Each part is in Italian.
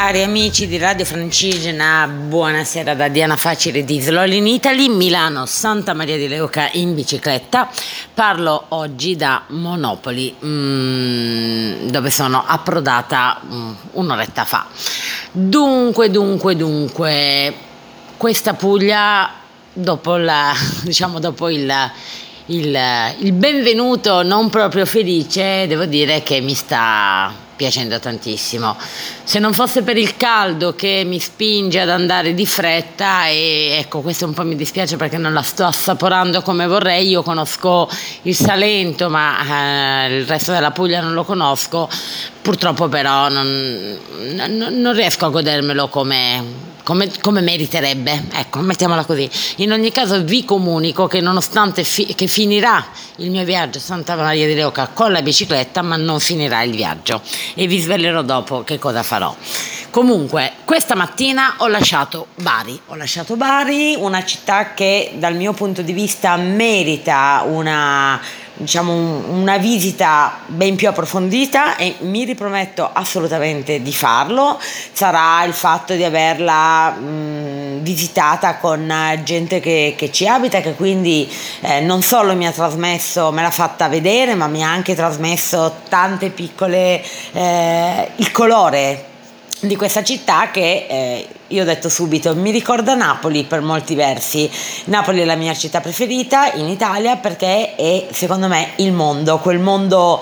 Cari amici di Radio Francigena, buonasera da Diana Facile di Slol in Italy, Milano, Santa Maria di Leuca in bicicletta. Parlo oggi da Monopoli, dove sono approdata un'oretta fa. Dunque, questa Puglia, dopo il benvenuto non proprio felice, devo dire che mi sta piacendo tantissimo. Se non fosse per il caldo che mi spinge ad andare di fretta, e ecco, questo un po' mi dispiace perché non la sto assaporando come vorrei. Io conosco il Salento, ma il resto della Puglia non lo conosco, purtroppo. Però non riesco a godermelo come meriterebbe, ecco, mettiamola così. In ogni caso vi comunico che nonostante che finirà il mio viaggio a Santa Maria di Leuca con la bicicletta, ma non finirà il viaggio, e vi svelerò dopo che cosa farò. Comunque, questa mattina ho lasciato Bari, una città che dal mio punto di vista merita una visita ben più approfondita, e mi riprometto assolutamente di farlo. Sarà il fatto di averla visitata con gente che ci abita, che quindi non solo mi l'ha fatta vedere, ma mi ha anche trasmesso tante piccole il colore di questa città che io ho detto subito mi ricorda Napoli per molti versi. Napoli è la mia città preferita in Italia perché è, secondo me, quel mondo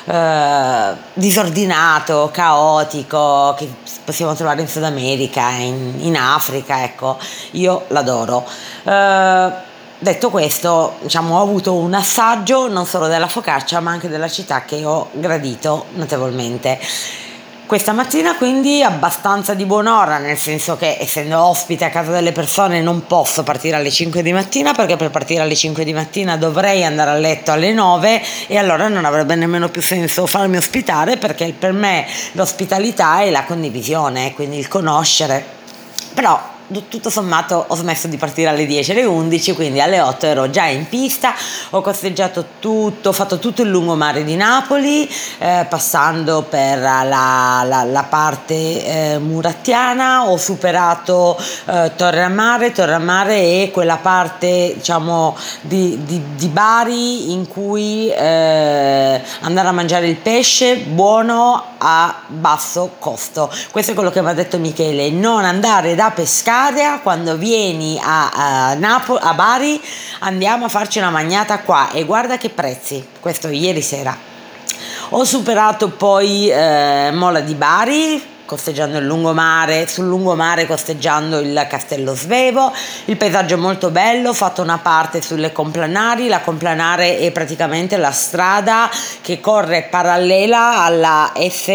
disordinato, caotico, che possiamo trovare in Sud America, in Africa, ecco, io l'adoro. Detto questo, ho avuto un assaggio non solo della focaccia ma anche della città, che ho gradito notevolmente. Questa mattina quindi abbastanza di buon'ora, nel senso che, essendo ospite a casa delle persone, non posso partire alle 5 di mattina, perché per partire alle 5 di mattina dovrei andare a letto alle 9, e allora non avrebbe nemmeno più senso farmi ospitare, perché per me l'ospitalità è la condivisione, quindi il conoscere. Però tutto sommato ho smesso di partire alle 10, alle 11, quindi alle 8 ero già in pista. Ho costeggiato ho fatto tutto il lungomare di Napoli, passando per la parte murattiana. Ho superato Torre a Mare è quella parte di Bari in cui andare a mangiare il pesce buono a basso costo. Questo è quello che mi ha detto Michele: non andare da pescare quando vieni a Bari, andiamo a farci una magnata qua, e guarda che prezzi. Questo ieri sera. Ho superato poi Mola di Bari, costeggiando sul lungomare costeggiando il Castello Svevo. Il paesaggio è molto bello. Ho fatto una parte sulle Complanari. La Complanare è praticamente la strada che corre parallela alla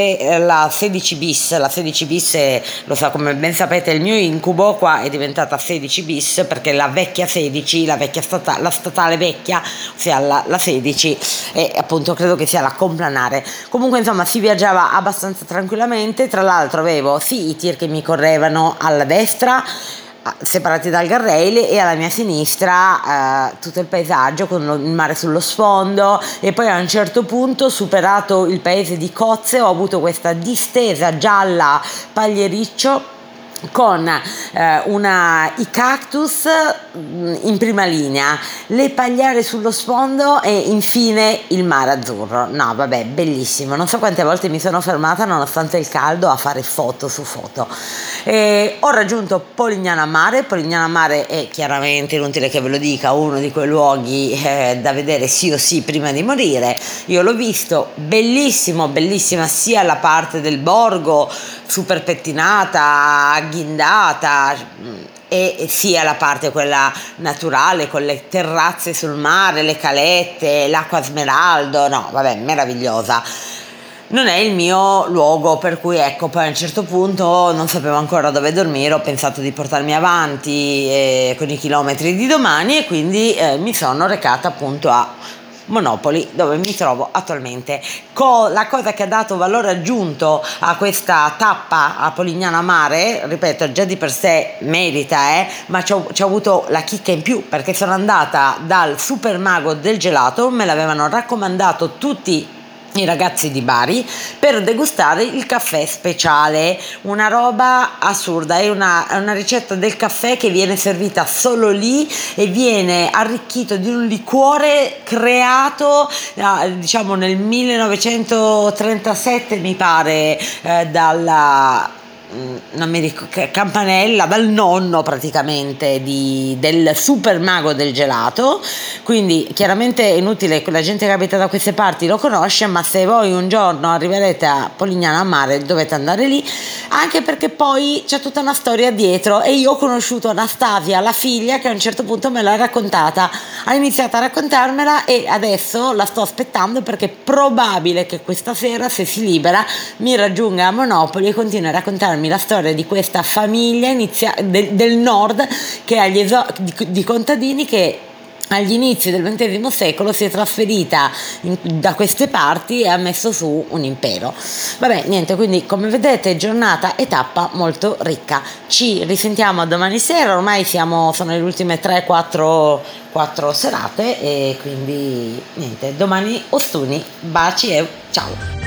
16 bis. La 16 bis è, come ben sapete, il mio incubo. Qua è diventata 16 bis perché la vecchia 16, la statale vecchia, ossia la 16, e appunto credo che sia la Complanare. Comunque, insomma, si viaggiava abbastanza tranquillamente. Tra l'altro avevo i tir che mi correvano alla destra, separati dal guardrail, e alla mia sinistra tutto il paesaggio con il mare sullo sfondo. E poi a un certo punto, superato il paese di Cozze, ho avuto questa distesa gialla pagliericcio con i cactus in prima linea, le pagliare sullo sfondo, e infine il mare azzurro. No, vabbè, bellissimo. Non so quante volte mi sono fermata, nonostante il caldo, a fare foto su foto. Ho raggiunto Polignano a Mare. Polignano a Mare è, chiaramente, inutile che ve lo dica, uno di quei luoghi da vedere sì o sì prima di morire. Io l'ho visto, bellissimo, bellissima sia la parte del borgo super pettinata, agghindata, e sia la parte quella naturale, con le terrazze sul mare, le calette, l'acqua smeraldo. No, vabbè, meravigliosa. Non è il mio luogo, per cui ecco, poi a un certo punto non sapevo ancora dove dormire. Ho pensato di portarmi avanti con i chilometri di domani, e quindi mi sono recata appunto a Monopoli, dove mi trovo attualmente. La cosa che ha dato valore aggiunto a questa tappa a Polignano a Mare, ripeto, già di per sé merita, ma c'ho avuto la chicca in più, perché sono andata dal super mago del gelato. Me l'avevano raccomandato tutti i ragazzi di Bari per degustare il caffè speciale, una roba assurda, è una ricetta del caffè che viene servita solo lì e viene arricchito di un liquore creato diciamo nel 1937 mi pare dalla non mi Campanella, dal nonno praticamente del super mago del gelato. Quindi chiaramente è inutile, la gente che abita da queste parti lo conosce, ma se voi un giorno arriverete a Polignano a Mare dovete andare lì, anche perché poi c'è tutta una storia dietro e io ho conosciuto Anastasia, la figlia, che a un certo punto me l'ha raccontata, ha iniziato a raccontarmela e adesso la sto aspettando perché è probabile che questa sera, se si libera, mi raggiunga a Monopoli e continui a raccontarmi la storia di questa famiglia del nord che ha di contadini che agli inizi del XX secolo si è trasferita da queste parti e ha messo su un impero. Vabbè, niente, quindi come vedete giornata e tappa molto ricca. Ci risentiamo domani sera, ormai sono le ultime 3-4 serate e quindi niente, domani Ostuni, baci e ciao!